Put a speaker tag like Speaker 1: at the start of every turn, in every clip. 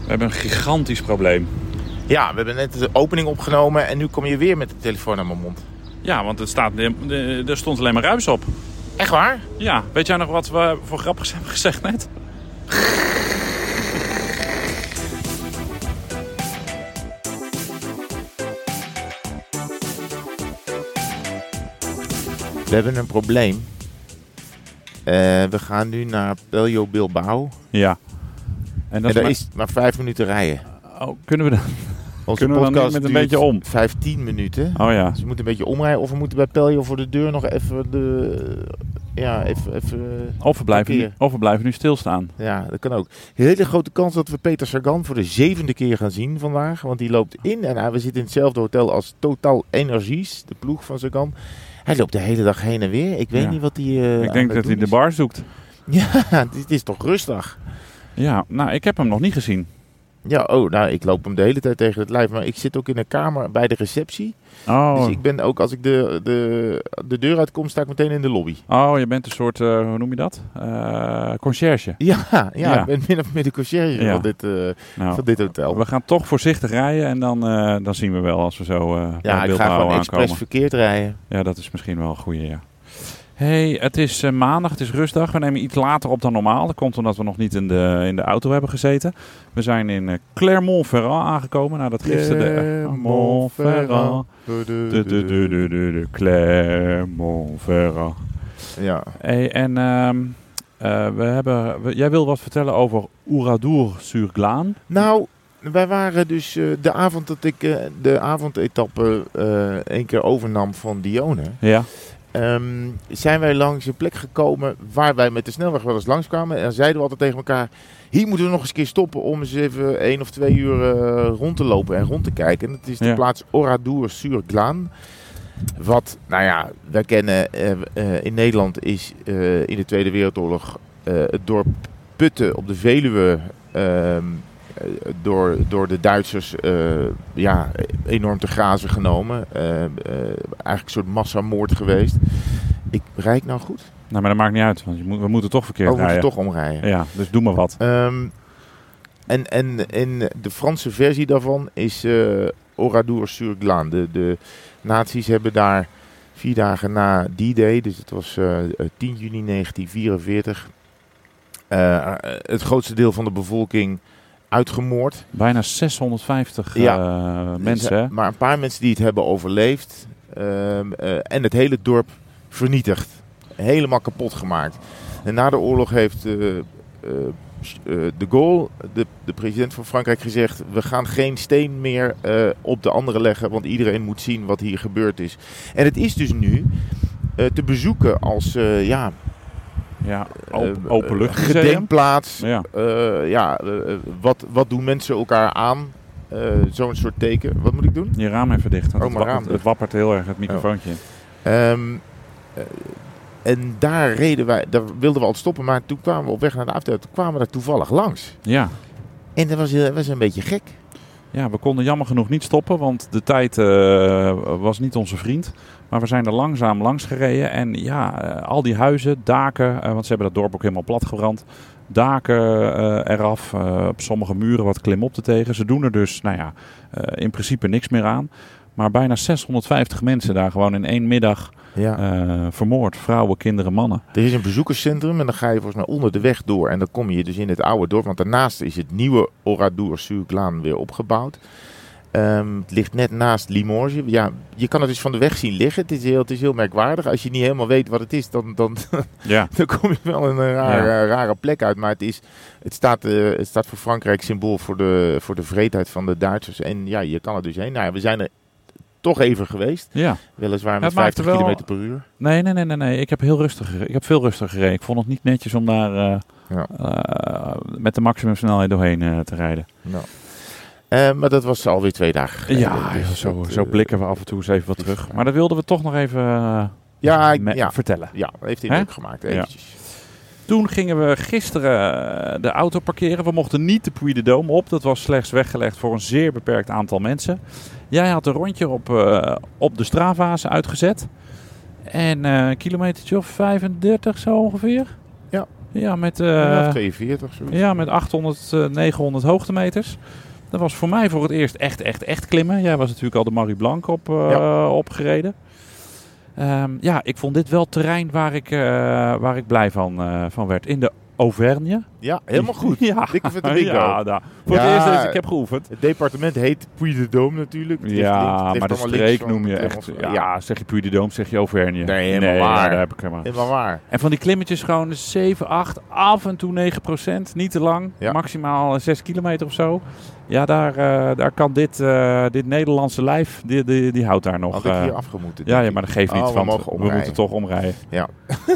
Speaker 1: We hebben een gigantisch probleem.
Speaker 2: Ja, we hebben net de opening opgenomen en nu kom je weer met de telefoon aan mijn mond.
Speaker 1: Ja, want er stond alleen maar ruis op.
Speaker 2: Echt waar?
Speaker 1: Ja, weet jij nog wat we voor grappigs hebben gezegd net?
Speaker 2: We hebben een probleem. We gaan nu naar Pello Bilbao.
Speaker 1: Ja. En dat
Speaker 2: is maar 5 minuten rijden.
Speaker 1: Oh, kunnen we dan?
Speaker 2: Onze
Speaker 1: kunnen we dan
Speaker 2: podcast
Speaker 1: niet met een beetje om?
Speaker 2: 15 minuten.
Speaker 1: Oh ja.
Speaker 2: Dus we moeten een beetje omrijden. Of we moeten bij Pello voor de deur nog even
Speaker 1: Of we blijven nu stilstaan.
Speaker 2: Ja, dat kan ook. Een hele grote kans dat we Peter Sagan voor de 7e keer gaan zien vandaag. Want die loopt in en we zitten in hetzelfde hotel als Total Energies, de ploeg van Sagan. Hij loopt de hele dag heen en weer. Ik weet niet wat hij
Speaker 1: ik denk dat hij de bar zoekt.
Speaker 2: Ja, het is toch rustig.
Speaker 1: Ja, nou, ik heb hem nog niet gezien.
Speaker 2: Ja, ik loop hem de hele tijd tegen het lijf. Maar ik zit ook in een kamer bij de receptie.
Speaker 1: Oh.
Speaker 2: Dus ik ben ook, als ik de deur uitkom, sta ik meteen in de lobby.
Speaker 1: Oh, je bent een soort, hoe noem je dat? Conciërge.
Speaker 2: Ja, ik ben min of meer de conciërge van dit hotel.
Speaker 1: We gaan toch voorzichtig rijden en dan zien we wel als we zo
Speaker 2: ik ga gewoon expres verkeerd rijden.
Speaker 1: Ja, dat is misschien wel een goeie, ja. Hey, het is maandag, het is rustdag. We nemen iets later op dan normaal. Dat komt omdat we nog niet in de auto hebben gezeten. We zijn in Clermont-Ferrand aangekomen. Nou, dat gisteren Clermont-Ferrand. De Clermont-Ferrand.
Speaker 2: Ja.
Speaker 1: Hey, en jij wil wat vertellen over Oradour-sur-Glane?
Speaker 2: Nou, wij waren dus de avond dat ik de avondetappe 1 keer overnam van Dione.
Speaker 1: Ja.
Speaker 2: Zijn wij langs een plek gekomen waar wij met de snelweg wel eens langskwamen. En dan zeiden we altijd tegen elkaar, hier moeten we nog eens een keer stoppen om eens even 1 of 2 uur rond te lopen en rond te kijken. En dat is de plaats Oradour-sur-Glane. Wat, nou ja, wij kennen in Nederland is in de Tweede Wereldoorlog het dorp Putten op de Veluwe door de Duitsers enorm te grazen genomen. Eigenlijk een soort massamoord geweest. Ik rijd nou goed?
Speaker 1: Nou, maar dat maakt niet uit, want we moeten toch verkeerd rijden.
Speaker 2: We moeten toch omrijden.
Speaker 1: Ja, dus doe maar wat.
Speaker 2: En de Franse versie daarvan is Oradour-sur-Glane. De nazi's hebben daar 4 dagen na D-Day, dus het was 10 juni 1944, het grootste deel van de bevolking uitgemoord.
Speaker 1: Bijna 650 mensen. Hè?
Speaker 2: Maar een paar mensen die het hebben overleefd. En het hele dorp vernietigd. Helemaal kapot gemaakt. En na de oorlog heeft de Gaulle, de president van Frankrijk, gezegd: we gaan geen steen meer op de andere leggen, want iedereen moet zien wat hier gebeurd is. En het is dus nu te bezoeken als
Speaker 1: openluchtmuseum.
Speaker 2: Gedenkplaats. Wat doen mensen elkaar aan? Zo'n soort teken. Wat moet ik doen?
Speaker 1: Je raam even dicht. Want het wappert heel erg, het microfoontje.
Speaker 2: En daar wilden we al stoppen, maar toen kwamen we op weg naar de afdeling. Toen kwamen we daar toevallig langs.
Speaker 1: Ja.
Speaker 2: En dat was een beetje gek.
Speaker 1: Ja, we konden jammer genoeg niet stoppen, want de tijd was niet onze vriend. Maar we zijn er langzaam langs gereden. En al die huizen, daken, want ze hebben dat dorp ook helemaal platgebrand. Daken eraf, op sommige muren wat klimop te tegen. Ze doen er dus, in principe niks meer aan. Maar bijna 650 mensen daar gewoon in 1 middag vermoord. Vrouwen, kinderen, mannen.
Speaker 2: Er is een bezoekerscentrum en dan ga je volgens mij onder de weg door. En dan kom je dus in het oude dorp. Want daarnaast is het nieuwe Oradour-sur-Glane weer opgebouwd. Het ligt net naast Limoges. Ja, je kan het dus van de weg zien liggen. Het is heel merkwaardig. Als je niet helemaal weet wat het is, dan kom je wel in een rare plek uit. Maar het staat voor Frankrijk symbool voor de vreedheid van de Duitsers. En ja, je kan er dus heen. Nou ja, we zijn er toch even geweest. Ja. Weliswaar met 50 km per uur.
Speaker 1: Nee. Ik heb veel rustiger gereden. Ik vond het niet netjes om daar met de maximumsnelheid doorheen te rijden.
Speaker 2: Nou. Maar dat was alweer 2 dagen geleden.
Speaker 1: Ja, dus zo blikken we af en toe eens even wat terug. Maar dat wilden we toch nog even vertellen.
Speaker 2: Ja, heeft hij leuk gemaakt, eventjes.
Speaker 1: Ja. Toen gingen we gisteren de auto parkeren. We mochten niet de Puy de Dôme op. Dat was slechts weggelegd voor een zeer beperkt aantal mensen. Jij had een rondje op de Strava's uitgezet. En een kilometertje of 35 zo ongeveer. Ja, met,
Speaker 2: 42 zoiets.
Speaker 1: ja, met 800, 900 hoogtemeters. Dat was voor mij voor het eerst echt klimmen. Jij was natuurlijk al de Marie Blanc opgereden. Ja, ik vond dit wel terrein waar ik blij van werd. In de Auvergne.
Speaker 2: Ja, helemaal goed.
Speaker 1: Ja,
Speaker 2: Dikke vette bingo.
Speaker 1: ja, voor het eerst dat ik heb geoefend.
Speaker 2: Het departement heet Puy-de-Dôme natuurlijk. Het ligt
Speaker 1: Maar de
Speaker 2: allemaal
Speaker 1: streek
Speaker 2: links
Speaker 1: noem je
Speaker 2: van
Speaker 1: echt.
Speaker 2: het
Speaker 1: Ja, zeg je Puy-de-Dôme, zeg je Auvergne.
Speaker 2: Nee, helemaal waar.
Speaker 1: daar heb ik helemaal.
Speaker 2: Helemaal waar.
Speaker 1: En van die klimmetjes gewoon 7, 8, af en toe 9%. Niet te lang.
Speaker 2: Ja.
Speaker 1: Maximaal 6 kilometer of zo. Ja, daar kan dit Nederlandse lijf, die houdt daar nog.
Speaker 2: Had ik hier afgemoeten.
Speaker 1: Ja, maar dat geeft niet,
Speaker 2: we
Speaker 1: want
Speaker 2: mogen
Speaker 1: we
Speaker 2: omrijden.
Speaker 1: moeten toch omrijden.
Speaker 2: Ja.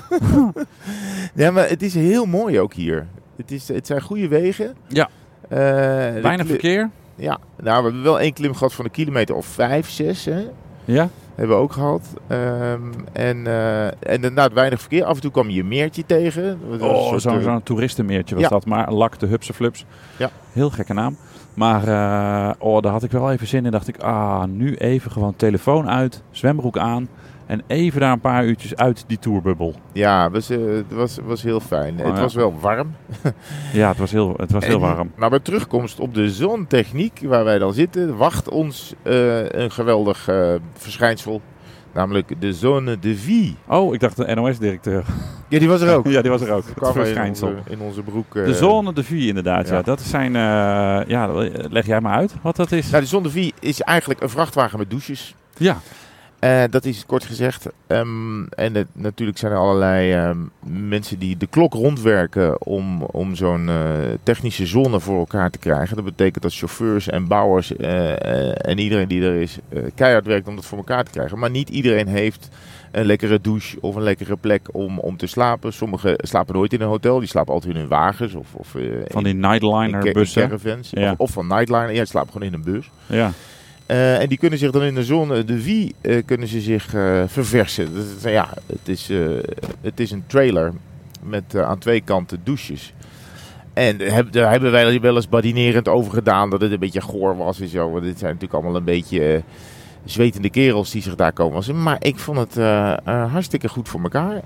Speaker 2: Ja, maar het is heel mooi ook hier. Het zijn goede wegen.
Speaker 1: Ja.
Speaker 2: Weinig
Speaker 1: verkeer.
Speaker 2: Ja, nou, we hebben wel 1 klim gehad van een kilometer of 5, 6. Hè?
Speaker 1: Ja.
Speaker 2: Hebben we ook gehad. En inderdaad weinig verkeer. Af en toe kwam je een meertje tegen.
Speaker 1: Zo'n toeristenmeertje was
Speaker 2: Ja.
Speaker 1: dat. Maar Lac de Hupseflups.
Speaker 2: Ja.
Speaker 1: Heel gekke naam. Maar daar had ik wel even zin in. Dacht ik, nu even gewoon telefoon uit, zwembroek aan. En even daar een paar uurtjes uit die tourbubbel.
Speaker 2: Ja, het was heel fijn. Het was wel warm.
Speaker 1: Ja, het was heel warm.
Speaker 2: Maar bij terugkomst op de zonnetechniek, waar wij dan zitten, wacht ons een geweldig verschijnsel. Namelijk de zone de vie.
Speaker 1: Oh, ik dacht de NOS-directeur.
Speaker 2: Ja, die was er ook.
Speaker 1: Ja, die was er ook.
Speaker 2: Die
Speaker 1: Het
Speaker 2: kwam
Speaker 1: verschijnsel.
Speaker 2: in onze broek.
Speaker 1: De zone de vie inderdaad, ja. Dat zijn... leg jij maar uit wat dat is.
Speaker 2: Nou, de zone de vie is eigenlijk een vrachtwagen met douches.
Speaker 1: Ja.
Speaker 2: Dat is kort gezegd. Natuurlijk zijn er allerlei mensen die de klok rondwerken om zo'n technische zone voor elkaar te krijgen. Dat betekent dat chauffeurs en bouwers en iedereen die er is keihard werkt om dat voor elkaar te krijgen. Maar niet iedereen heeft een lekkere douche of een lekkere plek om te slapen. Sommigen slapen nooit in een hotel. Die slapen altijd in hun wagens. Of
Speaker 1: van die Nightliner bussen.
Speaker 2: Caravans.
Speaker 1: Ja.
Speaker 2: Of van Nightliner. Ja, die slapen gewoon in een bus.
Speaker 1: Ja.
Speaker 2: En die kunnen zich dan in de zone de vie kunnen ze zich verversen. Dus, ja, het is een trailer met aan 2 kanten douches. En daar hebben wij wel eens badinerend over gedaan dat het een beetje goor was en zo. Want dit zijn natuurlijk allemaal een beetje zwetende kerels die zich daar komen. Maar ik vond het hartstikke goed voor elkaar.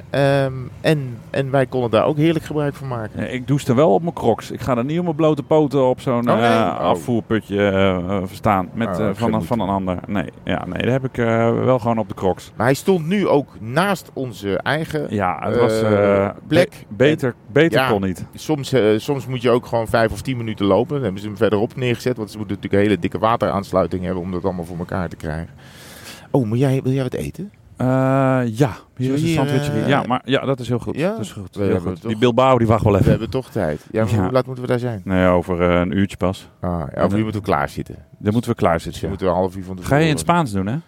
Speaker 2: En wij konden daar ook heerlijk gebruik van maken.
Speaker 1: Ja, ik douche er wel op mijn crocs. Ik ga er niet op mijn blote poten op zo'n afvoerputje staan van een ander. Nee, daar heb ik wel gewoon op de crocs.
Speaker 2: Maar hij stond nu ook naast onze eigen
Speaker 1: het was
Speaker 2: plek.
Speaker 1: Beter kon niet.
Speaker 2: Soms moet je ook gewoon 5 of 10 minuten lopen. Dan hebben ze hem verderop neergezet. Want ze moeten natuurlijk een hele dikke wateraansluiting hebben om dat allemaal voor elkaar te krijgen. Oh, wil jij wat eten?
Speaker 1: Hier is een sandwicherie. Dat is heel goed.
Speaker 2: Ja?
Speaker 1: Dat is goed. Heel goed. Die Bilbao die wacht wel even.
Speaker 2: We hebben toch tijd. Ja, hoe laat moeten we daar zijn?
Speaker 1: Nee, over een uurtje pas.
Speaker 2: Over uur moeten we klaar zitten.
Speaker 1: Dan moeten we klaar zitten.
Speaker 2: Dus moeten we een half uur van tevoren.
Speaker 1: Ga je in het Spaans doen, hè?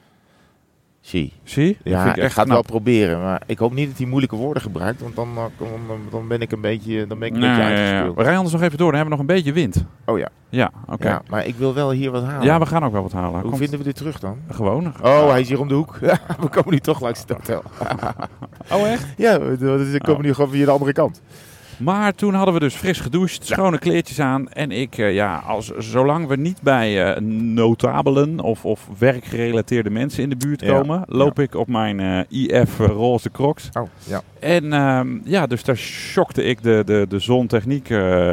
Speaker 2: Zie? Ja, ik ga het
Speaker 1: wel
Speaker 2: proberen. Maar ik hoop niet dat hij moeilijke woorden gebruikt. Want dan ben ik een beetje uitgespeeld.
Speaker 1: We rijden anders nog even door. Dan hebben we nog een beetje wind.
Speaker 2: Oh ja.
Speaker 1: Ja, oké.
Speaker 2: Ja, maar ik wil wel hier wat halen.
Speaker 1: Ja, we gaan ook wel wat halen.
Speaker 2: Hoe vinden we dit terug dan?
Speaker 1: Gewoon.
Speaker 2: Oh, hij is hier om de hoek. We komen nu toch langs het hotel.
Speaker 1: Oh, echt?
Speaker 2: Ja, we komen nu gewoon via de andere kant.
Speaker 1: Maar toen hadden we dus fris gedoucht, schone kleertjes aan. En ik, zolang we niet bij notabelen of werkgerelateerde mensen in de buurt komen, loop ik op mijn IF roze crocs.
Speaker 2: Oh, ja.
Speaker 1: En dus daar shockte ik de zontechniek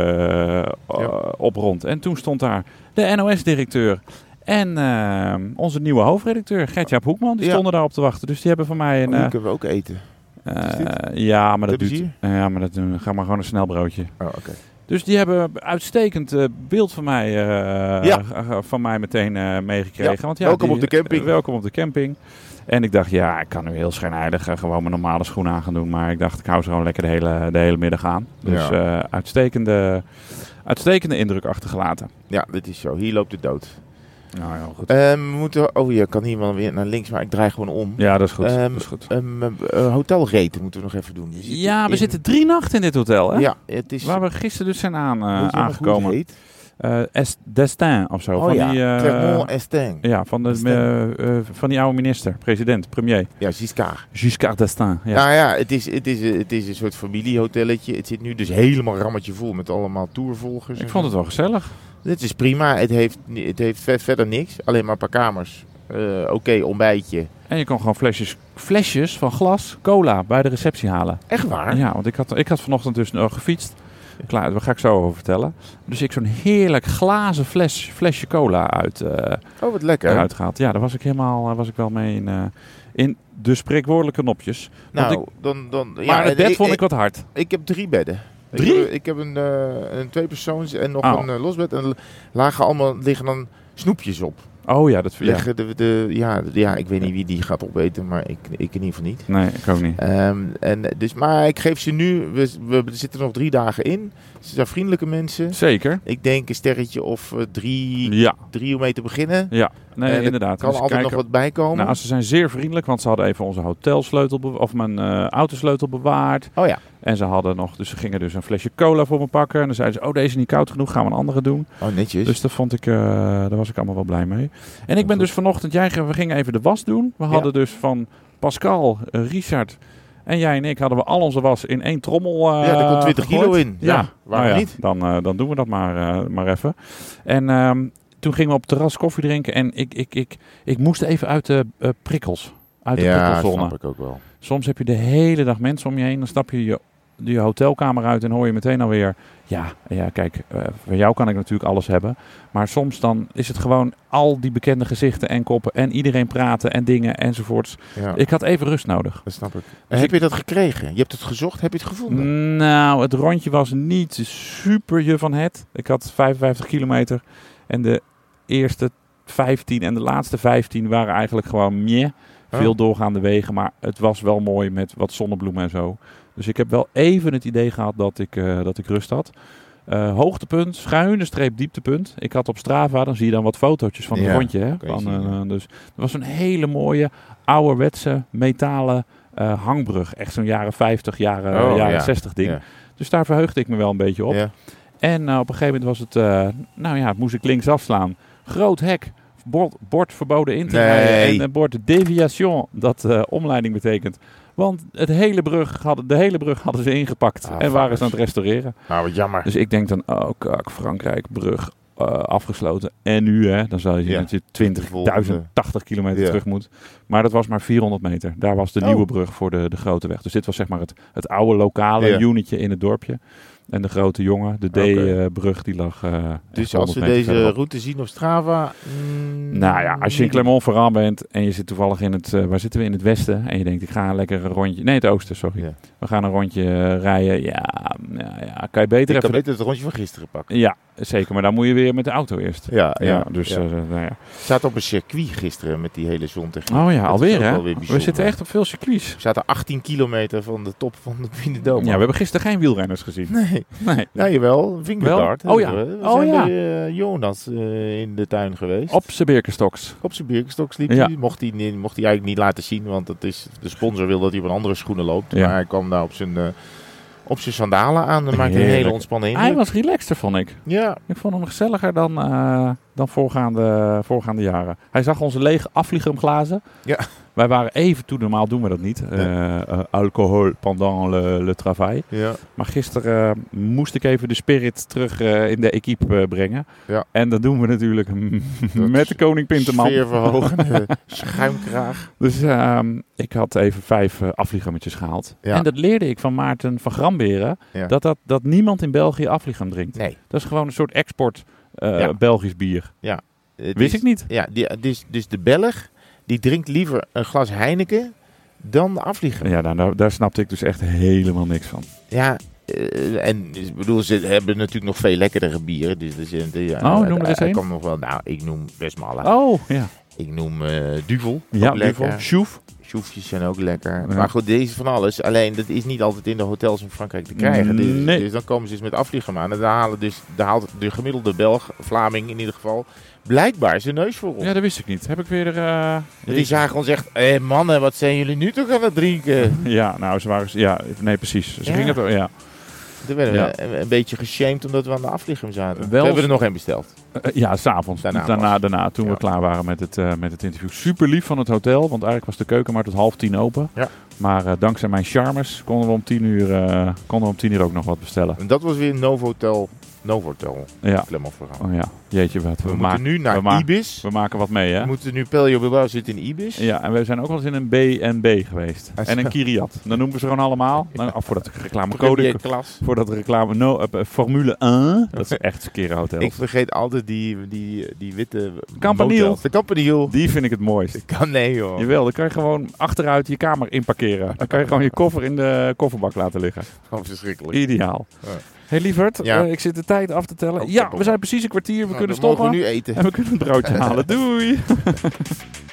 Speaker 1: op rond. En toen stond daar de NOS-directeur en onze nieuwe hoofdredacteur, Gert-Jaap Hoekman, die stonden daar op te wachten. Dus die hebben van mij een...
Speaker 2: die kunnen we ook eten.
Speaker 1: Maar dat duurt. Ga maar gewoon een snelbroodje.
Speaker 2: Oh, okay.
Speaker 1: Dus die hebben uitstekend beeld van mij meteen meegekregen.
Speaker 2: Ja.
Speaker 1: Want,
Speaker 2: welkom op de camping.
Speaker 1: Welkom op de camping. En ik dacht, ik kan nu heel schijnheilig gewoon mijn normale schoenen aan gaan doen. Maar ik dacht, ik hou ze gewoon lekker de hele middag aan. Dus uitstekende indruk achtergelaten.
Speaker 2: Ja, dit is zo. Hier loopt de dood.
Speaker 1: Nou ja, goed.
Speaker 2: We moeten... je kan hier wel weer naar links, maar ik draai gewoon om.
Speaker 1: Ja, dat is goed. Dat is goed.
Speaker 2: Hotelreten moeten we nog even doen.
Speaker 1: We zitten 3 nachten in dit hotel, hè?
Speaker 2: Ja, het is...
Speaker 1: Waar we gisteren dus zijn aangekomen.
Speaker 2: Hoe het heet?
Speaker 1: Destin of zo.
Speaker 2: Clermont-Estin.
Speaker 1: Ja, van die oude minister, president, premier.
Speaker 2: Ja, Giscard.
Speaker 1: Giscard d'Estaing. Ja.
Speaker 2: Nou ja, het is een soort familiehotelletje. Het zit nu dus helemaal rammetje vol met allemaal tourvolgers.
Speaker 1: Ik vond het wel gezellig.
Speaker 2: Dit is prima. Het heeft verder niks. Alleen maar een paar kamers. Oké, ontbijtje.
Speaker 1: En je kon gewoon flesjes van glas cola bij de receptie halen.
Speaker 2: Echt waar?
Speaker 1: Ja, want ik had vanochtend dus gefietst. Klaar, daar ga ik zo over vertellen. Dus ik zo'n heerlijk glazen flesje cola
Speaker 2: Wat lekker.
Speaker 1: uitgehaald. Ja, daar was ik wel mee in de spreekwoordelijke nopjes.
Speaker 2: Nou,
Speaker 1: Maar het bed vond ik wat hard.
Speaker 2: Ik heb 3 bedden.
Speaker 1: 3?
Speaker 2: Ik heb een 2-persoons en nog
Speaker 1: Oh.
Speaker 2: een losbed. En liggen dan snoepjes op.
Speaker 1: Oh ja, dat
Speaker 2: Liggen ik weet niet wie die gaat opeten, maar ik in ieder geval niet.
Speaker 1: Nee, ik ook niet.
Speaker 2: Maar ik geef ze nu, we zitten nog 3 dagen in. Ze zijn vriendelijke mensen.
Speaker 1: Zeker.
Speaker 2: Ik denk een sterretje of 3 om mee te beginnen.
Speaker 1: Ja, nee, inderdaad.
Speaker 2: Er kan altijd nog wat bij komen.
Speaker 1: Nou, ze zijn zeer vriendelijk, want ze hadden even onze hotelsleutel of mijn autosleutel bewaard.
Speaker 2: Oh ja.
Speaker 1: En ze gingen dus een flesje cola voor me pakken. En dan zeiden ze, deze is niet koud genoeg, gaan we een andere doen.
Speaker 2: Oh, netjes.
Speaker 1: Dus daar was ik allemaal wel blij mee. En ik ben dus vanochtend, we gingen even de was doen. We hadden dus van Pascal, Richard en jij en ik hadden we al onze was in 1 trommel
Speaker 2: er komt 20 kilo in.
Speaker 1: Ja,
Speaker 2: waarom niet?
Speaker 1: Dan doen we dat maar even. En toen gingen we op het terras koffie drinken. En ik moest even uit de prikkels. Uit de prikkelzone.
Speaker 2: Ja, snap ik ook wel.
Speaker 1: Soms heb je de hele dag mensen om je heen. Dan stap je je hotelkamer uit en hoor je meteen alweer... Ja, kijk, voor jou kan ik natuurlijk alles hebben. Maar soms dan is het gewoon al die bekende gezichten en koppen... en iedereen praten en dingen enzovoorts. Ja. Ik had even rust nodig.
Speaker 2: Dat snap ik. En heb je dat gekregen? Je hebt het gezocht, heb je het gevonden?
Speaker 1: Nou, het rondje was niet super je van het. Ik had 55 kilometer. En de eerste 15 en de laatste 15 waren eigenlijk gewoon meh. Veel doorgaande wegen, maar het was wel mooi met wat zonnebloemen en zo. Dus ik heb wel even het idee gehad dat ik rust had. Hoogtepunt, schuine streep dieptepunt. Ik had op Strava, dan zie je dan wat fotootjes van het rondje. Hè? Dus er was een hele mooie ouderwetse metalen hangbrug. Echt zo'n jaren 50, jaren 60 ding. Ja. Dus daar verheugde ik me wel een beetje op. Ja. En op een gegeven moment was het, moest ik links afslaan. Groot hek. Bord verboden in te rijden en een bord deviation, dat omleiding betekent. Want de hele brug hadden ze ingepakt en waren ze aan het restaureren.
Speaker 2: Nou, wat jammer.
Speaker 1: Dus ik denk dan, Frankrijk, brug afgesloten. En nu, dan zal je dat je 80 kilometer terug moet. Maar dat was maar 400 meter. Daar was de nieuwe brug voor de grote weg. Dus dit was zeg maar het oude lokale unitje in het dorpje. En de grote jongen, de D-brug, die lag...
Speaker 2: dus als we deze route zien op Strava...
Speaker 1: Nou ja, als je in Clermont-Ferrand bent en je zit toevallig in het... waar zitten we? In het westen. En je denkt, ik ga lekker een rondje... Nee, het oosten, sorry. Ja. We gaan een rondje rijden. Ja, kan je beter
Speaker 2: kan beter het rondje van gisteren pakken.
Speaker 1: Ja, zeker. Maar dan moet je weer met de auto eerst.
Speaker 2: We zaten op een circuit gisteren met die hele zontechniek.
Speaker 1: Oh ja, alweer hè? We zitten echt op veel circuits.
Speaker 2: We zaten 18 kilometer van de top van de Puy de Dôme.
Speaker 1: Ja, we hebben gisteren geen wielrenners gezien.
Speaker 2: Nee. Ja, jawel. Vingegaard.
Speaker 1: Oh ja.
Speaker 2: We zijn bij Jonas in de tuin geweest.
Speaker 1: Op zijn Birkenstocks.
Speaker 2: Op zijn Birkenstocks liep hij. Mocht hij eigenlijk niet laten zien, want de sponsor wil dat hij op een andere schoenen loopt. Ja. Maar hij kwam daar op zijn sandalen aan en maakte een hele ontspannen indruk.
Speaker 1: Hij was relaxter, vond ik.
Speaker 2: Ja.
Speaker 1: Ik vond hem gezelliger dan voorgaande jaren. Hij zag onze lege afvliegerglazen. Ja. Wij waren even toe, normaal doen we dat niet. Alcohol pendant le travail. Ja. Maar gisteren moest ik even de spirit terug in de equipe brengen. Ja. En dat doen we natuurlijk met de koning Pinterman.
Speaker 2: Sfeerverhogende schuimkraag.
Speaker 1: Dus ik had even 5 afvliegermetjes gehaald. Ja. En dat leerde ik van Maarten van Gramberen. Ja. Dat niemand in België afvliegem drinkt. Nee. Dat is gewoon een soort export Belgisch bier. Ja. Wist ik niet.
Speaker 2: Ja, dus de Belg... Die drinkt liever een glas Heineken dan de afvlieger.
Speaker 1: Ja, daar snapte ik dus echt helemaal niks van.
Speaker 2: Ja, ik bedoel, ze hebben natuurlijk nog veel lekkerdere bieren. Dus
Speaker 1: noem er eens een.
Speaker 2: Kan nog wel, ik noem Westmalle.
Speaker 1: Oh, ja.
Speaker 2: Ik noem Duvel.
Speaker 1: Ja, Duvel. Schoef.
Speaker 2: Schoefjes zijn ook lekker. Ja. Maar goed, deze van alles. Alleen, dat is niet altijd in de hotels in Frankrijk te krijgen.
Speaker 1: Nee.
Speaker 2: Dus dan komen ze eens met afvliegen aan. En dan haalt de gemiddelde Belg, Vlaming in ieder geval... Blijkbaar zijn neus voorop.
Speaker 1: Ja, dat wist ik niet. Heb ik weer...
Speaker 2: Die zagen ons echt... mannen, wat zijn jullie nu toch aan het drinken?
Speaker 1: Ja, nou, ze waren... Ja, nee, precies. Ze gingen toch... Ja.
Speaker 2: Toen werden we een beetje geshamed omdat we aan de afvliegem zaten. We hebben er nog één besteld.
Speaker 1: Ja, s'avonds. Daarna toen we klaar waren met het interview. Super lief van het hotel, want eigenlijk was de keuken maar tot 9:30 open. Ja. Maar dankzij mijn charmes konden we om 10 uur ook nog wat bestellen.
Speaker 2: En dat was weer Novotel Novotel.
Speaker 1: Ja.
Speaker 2: Clermont-Ferrand.
Speaker 1: Oh ja, jeetje wat.
Speaker 2: We moeten nu naar Ibis.
Speaker 1: We maken wat mee, hè?
Speaker 2: We moeten nu Pelio Bilbao zitten in Ibis.
Speaker 1: Ja, en we zijn ook wel eens in een B&B geweest. En een Kiriat. Dan noemen we ze gewoon allemaal. Voordat de reclamecode... Voordat de reclame... Formule 1. Dat is echt verkeerde hotel.
Speaker 2: Ik vergeet altijd die witte...
Speaker 1: Campanile.
Speaker 2: De Campanile.
Speaker 1: Die vind ik het mooist.
Speaker 2: Nee, joh.
Speaker 1: Jawel, dan kan je gewoon achteruit je kamer inparkeren. Dan kan je gewoon je koffer in de kofferbak laten liggen.
Speaker 2: Oh, verschrikkelijk.
Speaker 1: Ideaal.
Speaker 2: Ja.
Speaker 1: Hey lieverd, ik zit de tijd af te tellen. Ja, we zijn precies een kwartier. We kunnen stoppen.
Speaker 2: Mogen we nu eten.
Speaker 1: En we kunnen een broodje halen. Doei!